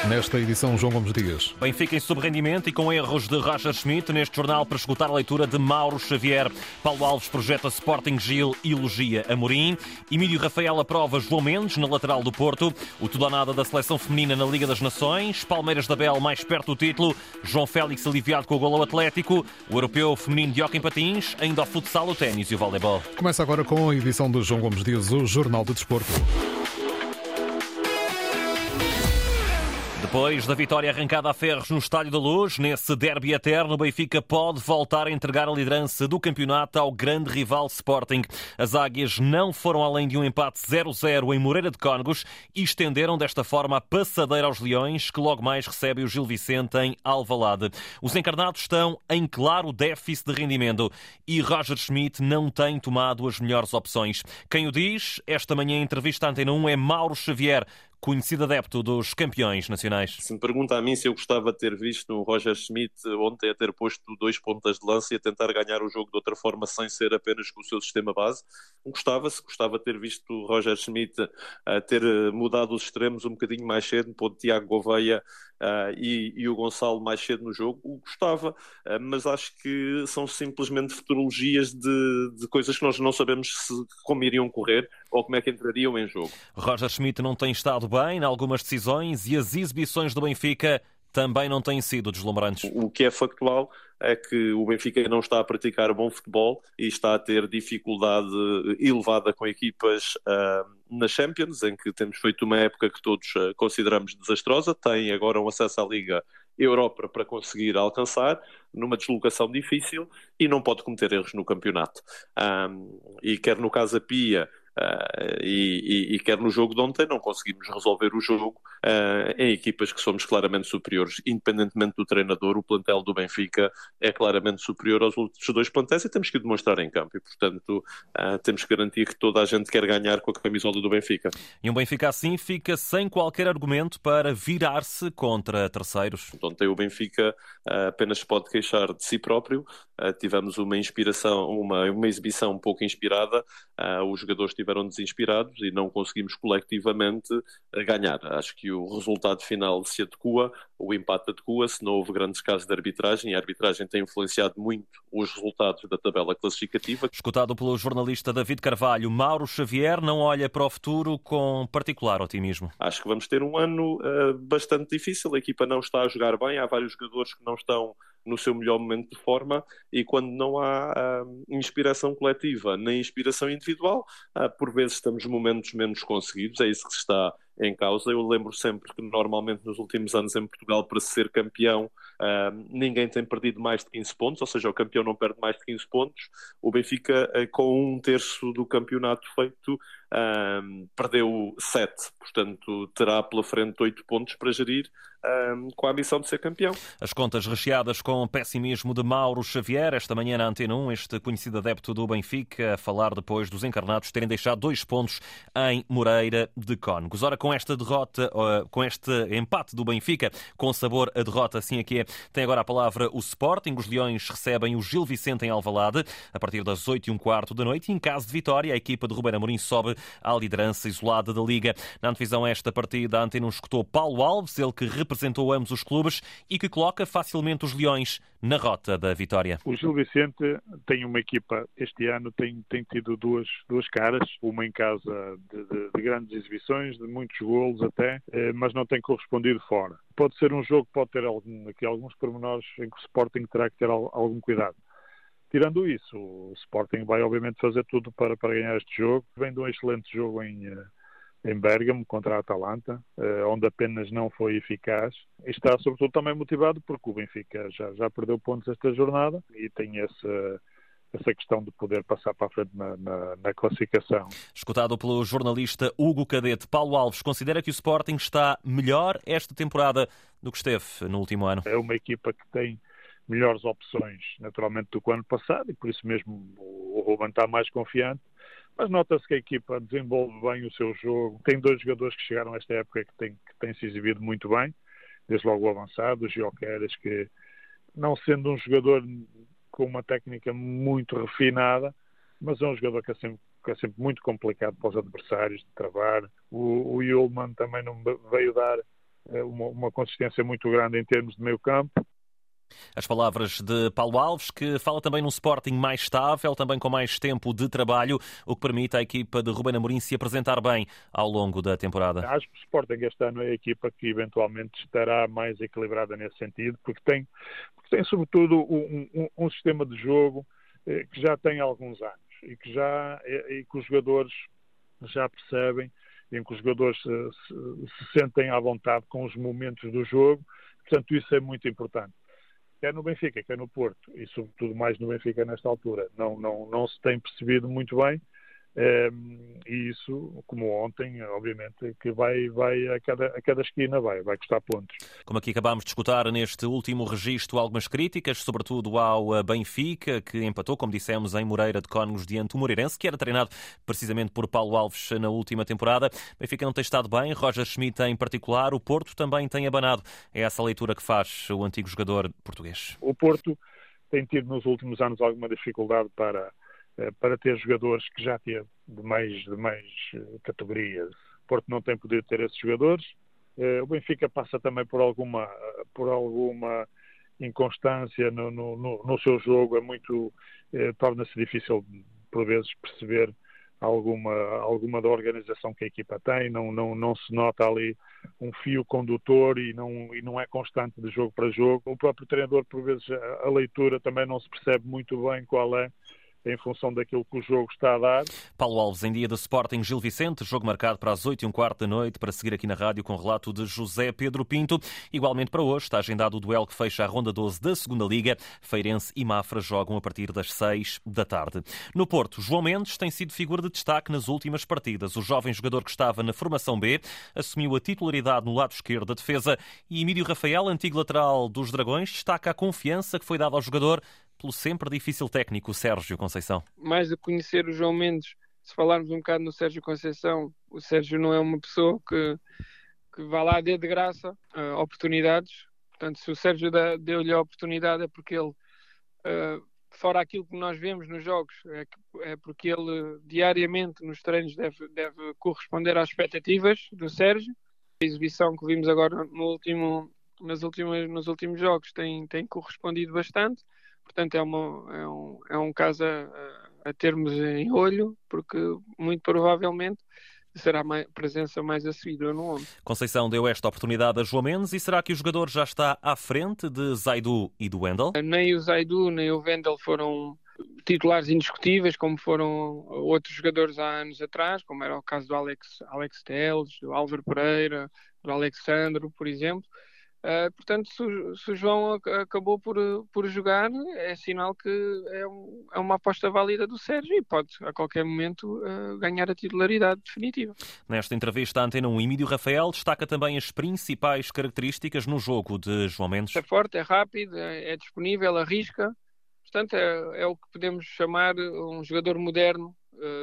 Nesta edição, João Gomes Dias. Benfica em subrendimento e com erros de Roger Schmidt neste jornal para escutar a leitura de Mauro Xavier. Paulo Alves projeta Sporting Gil e elogia Amorim. Emílio Rafael aprova João Mendes na lateral do Porto. O tudo ou nada da seleção feminina na Liga das Nações. Palmeiras da Bel mais perto do título. João Félix aliviado com o golo ao Atlético. O europeu feminino de hóquei em patins. Ainda ao futsal, o ténis e o voleibol. Começa agora com a edição de João Gomes Dias, o Jornal de Desporto. Depois da vitória arrancada a ferros no Estádio da Luz, nesse derby eterno, o Benfica pode voltar a entregar a liderança do campeonato ao grande rival Sporting. As águias não foram além de um empate 0-0 em Moreira de Cónegos e estenderam desta forma a passadeira aos Leões, que logo mais recebe o Gil Vicente em Alvalade. Os encarnados estão em claro déficit de rendimento e Roger Schmidt não tem tomado as melhores opções. Quem o diz, esta manhã em entrevista à Antena 1, é Mauro Xavier, conhecido adepto dos campeões nacionais. Se me pergunta a mim se eu gostava de ter visto o Roger Schmidt ontem a ter posto 2 pontas de lança e a tentar ganhar o jogo de outra forma sem ser apenas com o seu sistema base, gostava de ter visto o Roger Schmidt a ter mudado os extremos um bocadinho mais cedo, pôr o Tiago Gouveia e o Gonçalo mais cedo no jogo, gostava, mas acho que são simplesmente futurologias de coisas que nós não sabemos como iriam correr ou como é que entrariam em jogo. Roger Schmidt não tem estado bem em algumas decisões e as exibições do Benfica também não têm sido deslumbrantes. O que é factual é que o Benfica não está a praticar bom futebol e está a ter dificuldade elevada com equipas na Champions, em que temos feito uma época que todos consideramos desastrosa. Tem agora um acesso à Liga Europa para conseguir alcançar, numa deslocação difícil, e não pode cometer erros no campeonato. E quer no caso a Pia, e quer no jogo de ontem, não conseguimos resolver o jogo em equipas que somos claramente superiores. Independentemente do treinador, o plantel do Benfica é claramente superior aos outros dois plantéis e temos que o demonstrar em campo. E, portanto, temos que garantir que toda a gente quer ganhar com a camisola do Benfica. E um Benfica assim fica sem qualquer argumento para virar-se contra terceiros. Ontem o Benfica apenas pode queixar de si próprio. Tivemos uma exibição um pouco inspirada. Os jogadores estiveram desinspirados e não conseguimos colectivamente ganhar. Acho que o resultado final se adequa, o empate adequa-se, não houve grandes casos de arbitragem. A arbitragem tem influenciado muito os resultados da tabela classificativa. Escutado pelo jornalista David Carvalho, Mauro Xavier não olha para o futuro com particular otimismo. Acho que vamos ter um ano bastante difícil. A equipa não está a jogar bem, há vários jogadores que não estão no seu melhor momento de forma, e quando não há inspiração coletiva nem inspiração individual, por vezes estamos momentos menos conseguidos. É isso que se está em causa. Eu lembro sempre que normalmente nos últimos anos em Portugal, para ser campeão, ninguém tem perdido mais de 15 pontos, ou seja, o campeão não perde mais de 15 pontos. O Benfica, com 1/3 do campeonato feito, perdeu 7, portanto terá pela frente 8 pontos para gerir, com a ambição de ser campeão. As contas recheadas com o pessimismo de Mauro Xavier, esta manhã na Antena 1, este conhecido adepto do Benfica, a falar depois dos encarnados terem deixado 2 pontos em Moreira de Cónegos. Ora, com esta derrota, com este empate do Benfica, com sabor a derrota, assim é que é, tem agora a palavra o Sporting. Os Leões recebem o Gil Vicente em Alvalade a partir das 8h15 da noite e, em caso de vitória, a equipa de Ruben Amorim sobe à liderança isolada da Liga. Na antevisão a esta partida, a Antena 1 escutou Paulo Alves, ele que representou ambos os clubes e que coloca facilmente os Leões na rota da vitória. O Gil Vicente tem uma equipa, este ano tem tido duas caras, uma em casa de grandes exibições, de muitos golos até, mas não tem correspondido fora. Pode ser um jogo que pode ter alguns pormenores em que o Sporting terá que ter algum cuidado. Tirando isso, o Sporting vai obviamente fazer tudo para ganhar este jogo. Vem de um excelente jogo em Bérgamo contra a Atalanta, onde apenas não foi eficaz. E está sobretudo também motivado porque o Benfica já perdeu pontos esta jornada e tem essa questão de poder passar para a frente na classificação. Escutado pelo jornalista Hugo Cadete, Paulo Alves considera que o Sporting está melhor esta temporada do que esteve no último ano. É uma equipa que tem melhores opções, naturalmente, do que o ano passado, e por isso mesmo o Ruben está mais confiante, mas nota-se que a equipa desenvolve bem o seu jogo. Tem 2 jogadores que chegaram a esta época que têm se exibido muito bem, desde logo o avançado, o Gyökeres, que, não sendo um jogador com uma técnica muito refinada, mas é um jogador que é sempre muito complicado para os adversários de travar. O Yulman também não veio dar uma consistência muito grande em termos de meio campo. As palavras de Paulo Alves, que fala também num Sporting mais estável, também com mais tempo de trabalho, o que permite à equipa de Rubén Amorim se apresentar bem ao longo da temporada. Acho que o Sporting este ano é a equipa que eventualmente estará mais equilibrada nesse sentido, porque tem sobretudo um sistema de jogo que já tem alguns anos e que os jogadores já percebem, em que os jogadores se sentem à vontade com os momentos do jogo. Portanto, isso é muito importante. Quer no Benfica, quer no Porto, e sobretudo mais no Benfica nesta altura, não se tem percebido muito bem, e isso, como ontem, obviamente, que vai a cada esquina vai custar pontos. Como aqui acabámos de escutar neste último registro algumas críticas, sobretudo ao Benfica, que empatou, como dissemos, em Moreira de Cónegos diante do Moreirense, que era treinado precisamente por Paulo Alves na última temporada. Benfica não tem estado bem, Roger Schmidt em particular, o Porto também tem abanado. É essa a leitura que faz o antigo jogador português. O Porto tem tido nos últimos anos alguma dificuldade para ter jogadores que já teve de mais categorias. O Porto não tem podido ter esses jogadores. O Benfica passa também por alguma inconstância no seu jogo. Torna-se difícil, por vezes, perceber alguma da organização que a equipa tem. Não se nota ali um fio condutor e não é constante de jogo para jogo. O próprio treinador, por vezes, a leitura também não se percebe muito bem qual é, em função daquilo que o jogo está a dar. Paulo Alves, em dia de Sporting Gil Vicente, jogo marcado para as 8h15 da noite, para seguir aqui na rádio com relato de José Pedro Pinto. Igualmente para hoje está agendado o duelo que fecha a ronda 12 da segunda Liga. Feirense e Mafra jogam a partir das 6 da tarde. No Porto, João Mendes tem sido figura de destaque nas últimas partidas. O jovem jogador que estava na formação B assumiu a titularidade no lado esquerdo da defesa e Emílio Rafael, antigo lateral dos Dragões, destaca a confiança que foi dada ao jogador pelo sempre difícil técnico Sérgio Conceição. Mais do que conhecer o João Mendes, se falarmos um bocado no Sérgio Conceição, o Sérgio não é uma pessoa que vá lá dê de graça oportunidades. Portanto, se o Sérgio deu-lhe a oportunidade é porque ele, fora aquilo que nós vemos nos jogos, é porque ele diariamente nos treinos deve corresponder às expectativas do Sérgio. A exibição que vimos agora nos últimos jogos tem correspondido bastante. Portanto, é um caso a termos em olho, porque muito provavelmente será a presença mais assídua no 11. Conceição deu esta oportunidade a João Mendes e será que o jogador já está à frente de Zaidu e do Wendel? Nem o Zaidu nem o Wendel foram titulares indiscutíveis, como foram outros jogadores há anos atrás, como era o caso do Alex Telles, do Álvaro Pereira, do Alexandro, por exemplo. Portanto, se o João acabou por jogar, é sinal que é uma aposta válida do Sérgio e pode, a qualquer momento, ganhar a titularidade definitiva. Nesta entrevista à Antena 1, Emílio Rafael destaca também as principais características no jogo de João Mendes. É forte, é rápido, é disponível, arrisca. Portanto, é o que podemos chamar um jogador moderno,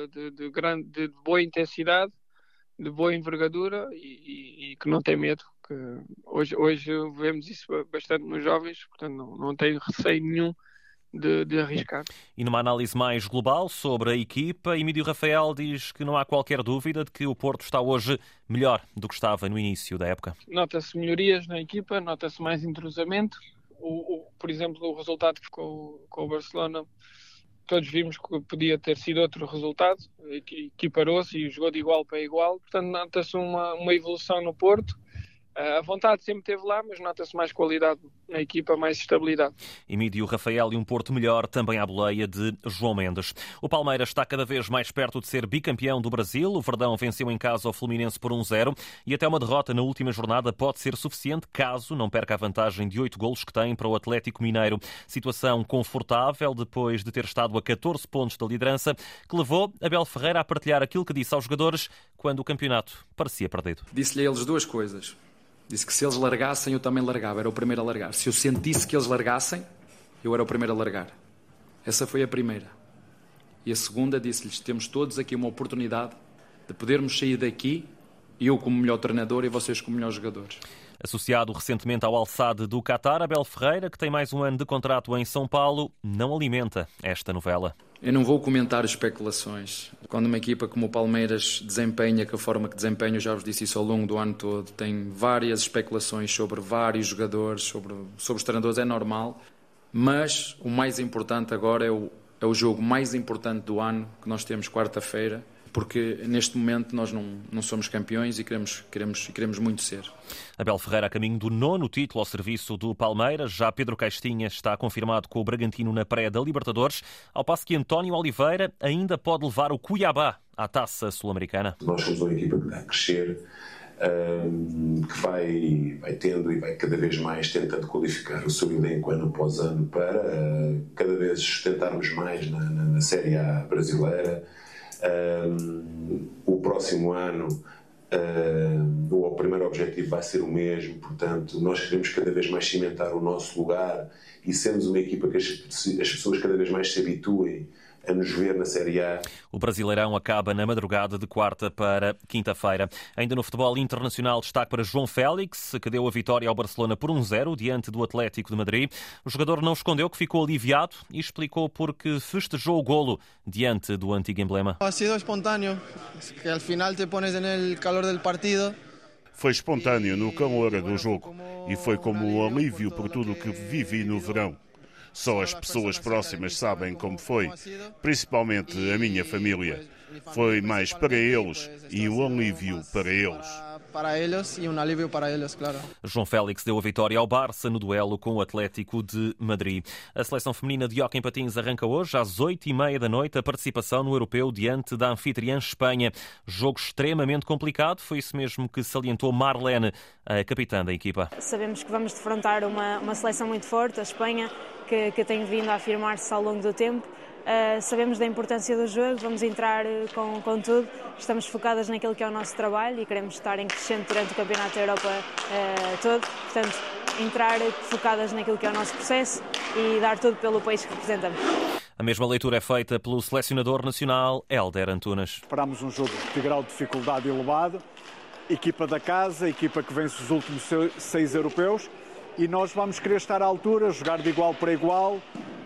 de boa intensidade, de boa envergadura e que não tem medo. Que hoje vemos isso bastante nos jovens, portanto não tenho receio nenhum de arriscar. E numa análise mais global sobre a equipa, Emílio Rafael diz que não há qualquer dúvida de que o Porto está hoje melhor do que estava no início da época. Nota-se melhorias na equipa, nota-se mais entrosamento. Por exemplo, o resultado com o Barcelona, todos vimos que podia ter sido outro resultado, equiparou-se e jogou de igual para igual, portanto nota-se uma evolução no Porto. A vontade sempre esteve lá, mas nota-se mais qualidade na equipa, mais estabilidade. Emílio Rafael e um Porto melhor também à boleia de João Mendes. O Palmeiras está cada vez mais perto de ser bicampeão do Brasil. O Verdão venceu em casa ao Fluminense por 1-0 e até uma derrota na última jornada pode ser suficiente caso não perca a vantagem de 8 golos que tem para o Atlético Mineiro. Situação confortável depois de ter estado a 14 pontos da liderança, que levou Abel Ferreira a partilhar aquilo que disse aos jogadores quando o campeonato parecia perdido. Disse-lhe a eles duas coisas. Disse que se eles largassem, eu também largava. Era o primeiro a largar. Se eu sentisse que eles largassem, eu era o primeiro a largar. Essa foi a primeira. E a segunda, disse-lhes, temos todos aqui uma oportunidade de podermos sair daqui, eu como melhor treinador e vocês como melhores jogadores. Associado recentemente ao Al-Sadd do Qatar, Abel Ferreira, que tem mais um ano de contrato em São Paulo, não alimenta esta novela. Eu não vou comentar especulações. Quando uma equipa como o Palmeiras desempenha que a forma que desempenha, eu já vos disse isso ao longo do ano todo, tem várias especulações sobre vários jogadores, sobre os treinadores, é normal. Mas o mais importante agora é o jogo mais importante do ano que nós temos quarta-feira, porque neste momento nós não somos campeões e queremos muito ser. Abel Ferreira a caminho do 9º título ao serviço do Palmeiras. Já Pedro Caixinha está confirmado com o Bragantino na pré da Libertadores, ao passo que António Oliveira ainda pode levar o Cuiabá à Taça Sul-Americana. Nós somos uma equipa que está a crescer, que vai tendo e vai cada vez mais tentando qualificar o seu elenco ano após ano para cada vez sustentarmos mais na Série A brasileira. O próximo ano o primeiro objetivo vai ser o mesmo, portanto nós queremos cada vez mais cimentar o nosso lugar e sermos uma equipa que as pessoas cada vez mais se habituem a nos ver na Série A. O Brasileirão acaba na madrugada de quarta para quinta-feira. Ainda no futebol internacional, destaque para João Félix, que deu a vitória ao Barcelona por 1-0 diante do Atlético de Madrid. O jogador não escondeu que ficou aliviado e explicou porque festejou o golo diante do antigo emblema. Ha sido espontâneo, que al final te pones en el calor del partido. Foi espontâneo no calor do jogo e foi como um alívio por tudo o que vivi no verão. Só as pessoas próximas sabem como foi, principalmente a minha família. Foi mais para eles e um alívio para eles. Para eles e um alívio para eles, claro. João Félix deu a vitória ao Barça no duelo com o Atlético de Madrid. A seleção feminina de hóquei em patins arranca hoje às 8h30 da noite a participação no Europeu diante da anfitriã Espanha. Jogo extremamente complicado, foi isso mesmo que salientou Marlene, a capitã da equipa. Sabemos que vamos defrontar uma seleção muito forte, a Espanha, que tem vindo a afirmar-se ao longo do tempo. Sabemos da importância do jogo, vamos entrar com tudo, estamos focadas naquilo que é o nosso trabalho e queremos estar em crescente durante o Campeonato da Europa todo, portanto, entrar focadas naquilo que é o nosso processo e dar tudo pelo país que representamos. A mesma leitura é feita pelo selecionador nacional Hélder Antunes. Esperámos um jogo de grau de dificuldade elevado, equipa da casa, equipa que vence os últimos 6 europeus e nós vamos querer estar à altura, jogar de igual para igual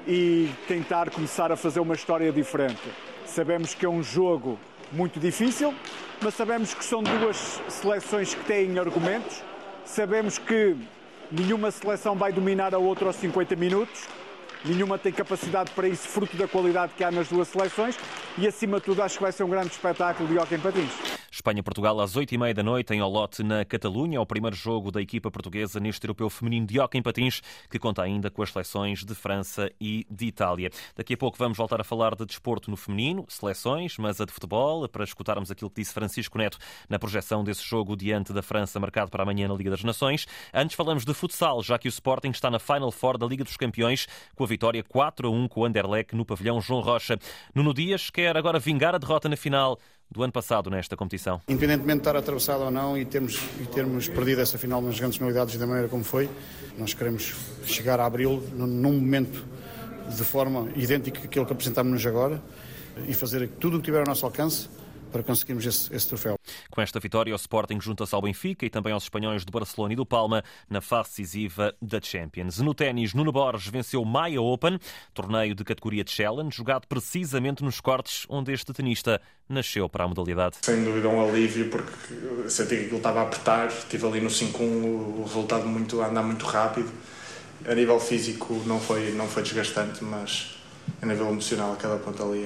e tentar começar a fazer uma história diferente. Sabemos que é um jogo muito difícil, mas sabemos que são duas seleções que têm argumentos, sabemos que nenhuma seleção vai dominar a outra aos 50 minutos, nenhuma tem capacidade para isso, fruto da qualidade que há nas duas seleções e, acima de tudo, acho que vai ser um grande espetáculo de hóquei em patins. Espanha-Portugal às 8h30 da noite em Olote, na Catalunha, o primeiro jogo da equipa portuguesa neste europeu feminino de hóquei em patins, que conta ainda com as seleções de França e de Itália. Daqui a pouco vamos voltar a falar de desporto no feminino, seleções, mas a de futebol, para escutarmos aquilo que disse Francisco Neto na projeção desse jogo diante da França, marcado para amanhã na Liga das Nações. Antes falamos de futsal, já que o Sporting está na Final Four da Liga dos Campeões, com a vitória 4-1 com o Anderlecht no pavilhão João Rocha. Nuno Dias quer agora vingar a derrota na final do ano passado nesta competição. Independentemente de estar atravessado ou não e termos perdido essa final nas grandes penalidades da maneira como foi, nós queremos chegar a abril num momento de forma idêntica àquilo que apresentámos-nos agora e fazer tudo o que tiver ao nosso alcance para conseguirmos esse troféu. Com esta vitória, o Sporting junta-se ao Benfica e também aos espanhóis do Barcelona e do Palma na fase decisiva da Champions. No ténis, Nuno Borges venceu o Maia Open, torneio de categoria Challenge, jogado precisamente nos cortes onde este tenista nasceu para a modalidade. Sem dúvida um alívio, porque senti que aquilo estava a apertar, estive ali no 5-1, o resultado a andar muito rápido. A nível físico não foi desgastante, mas a nível emocional cada ponto ali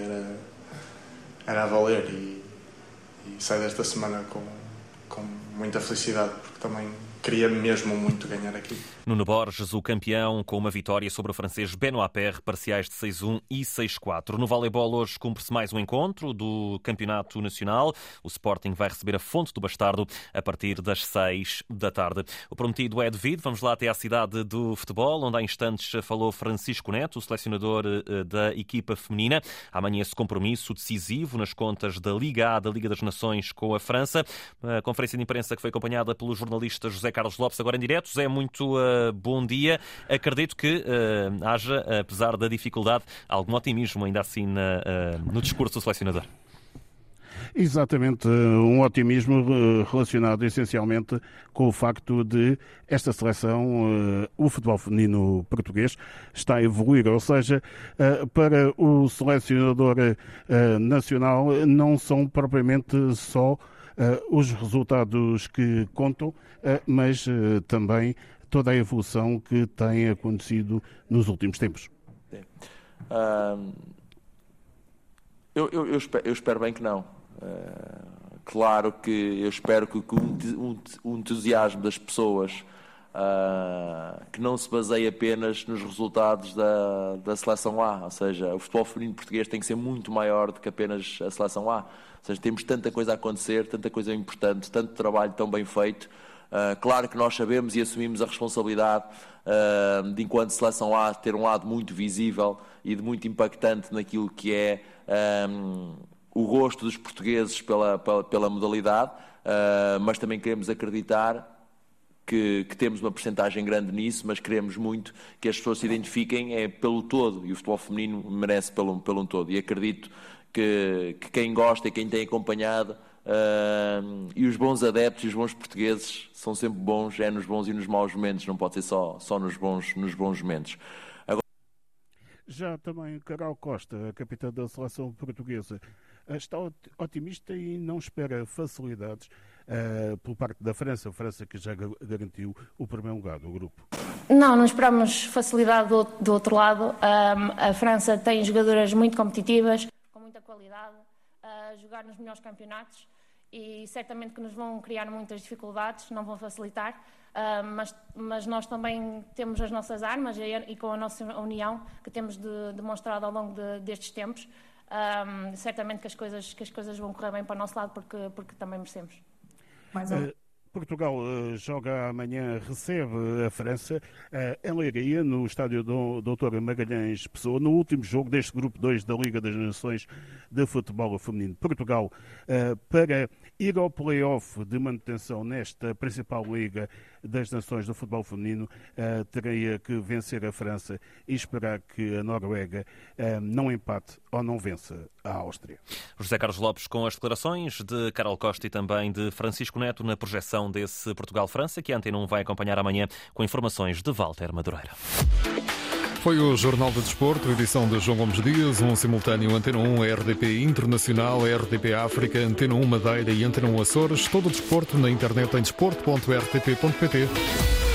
era a valer e saio desta semana com muita felicidade, porque também queria mesmo muito ganhar aqui. Nuno Borges, o campeão, com uma vitória sobre o francês Benoît Paire, parciais de 6-1 e 6-4. No voleibol hoje cumpre-se mais um encontro do Campeonato Nacional. O Sporting vai receber a Fonte do Bastardo a partir das 6 da tarde. O prometido é devido. Vamos lá até à cidade do futebol, onde há instantes falou Francisco Neto, o selecionador da equipa feminina. Amanhã esse compromisso decisivo nas contas da Liga A, da Liga das Nações, com a França. A conferência de imprensa que foi acompanhada pelo jornalista José Carlos Lopes, agora em direto. José, muito bom dia. Acredito que haja, apesar da dificuldade, algum otimismo ainda assim no discurso do selecionador. Exatamente, um otimismo relacionado essencialmente com o facto de esta seleção, o futebol feminino português, está a evoluir, ou seja, para o selecionador nacional não são propriamente só os resultados que contam, mas também toda a evolução que tem acontecido nos últimos tempos. Eu espero bem que não. Claro que eu espero que o entusiasmo das pessoas que não se baseie apenas nos resultados da seleção A, ou seja, o futebol feminino português tem que ser muito maior do que apenas a seleção A, ou seja, temos tanta coisa a acontecer, tanta coisa importante, tanto trabalho tão bem feito. Claro que nós sabemos e assumimos a responsabilidade de, enquanto seleção A, ter um lado muito visível e de muito impactante naquilo que é o gosto dos portugueses pela modalidade, mas também queremos acreditar que temos uma percentagem grande nisso, mas queremos muito que as pessoas se identifiquem pelo todo, e o futebol feminino merece pelo todo, e acredito que quem gosta e quem tem acompanhado, e os bons adeptos e os bons portugueses são sempre bons, nos bons e nos maus momentos, não pode ser só nos bons momentos. Já também Carol Costa, a capitã da seleção portuguesa, está otimista e não espera facilidades por parte da França, a França que já garantiu o primeiro lugar do grupo. Não esperamos facilidade do outro lado. A França tem jogadoras muito competitivas, com muita qualidade, a jogar nos melhores campeonatos e certamente que nos vão criar muitas dificuldades, não vão facilitar. Mas nós também temos as nossas armas e com a nossa união que temos demonstrado ao longo destes tempos, certamente que as coisas vão correr bem para o nosso lado porque também merecemos. Portugal joga amanhã, recebe a França em Leiria, no estádio Dr. Magalhães Pessoa, no último jogo deste grupo 2 da Liga das Nações de Futebol Feminino. Portugal, para ir ao play-off de manutenção nesta principal Liga das Nações do Futebol Feminino, teria que vencer a França e esperar que a Noruega não empate ou não vença a Áustria. José Carlos Lopes com as declarações de Carol Costa e também de Francisco Neto na projeção desse Portugal-França, que a Antena 1 vai acompanhar amanhã com informações de Walter Madureira. Foi o Jornal do Desporto, edição de João Gomes Dias, um simultâneo Antena 1, RDP Internacional, RDP África, Antena 1 Madeira e Antena 1 Açores. Todo o desporto na internet em desporto.rtp.pt.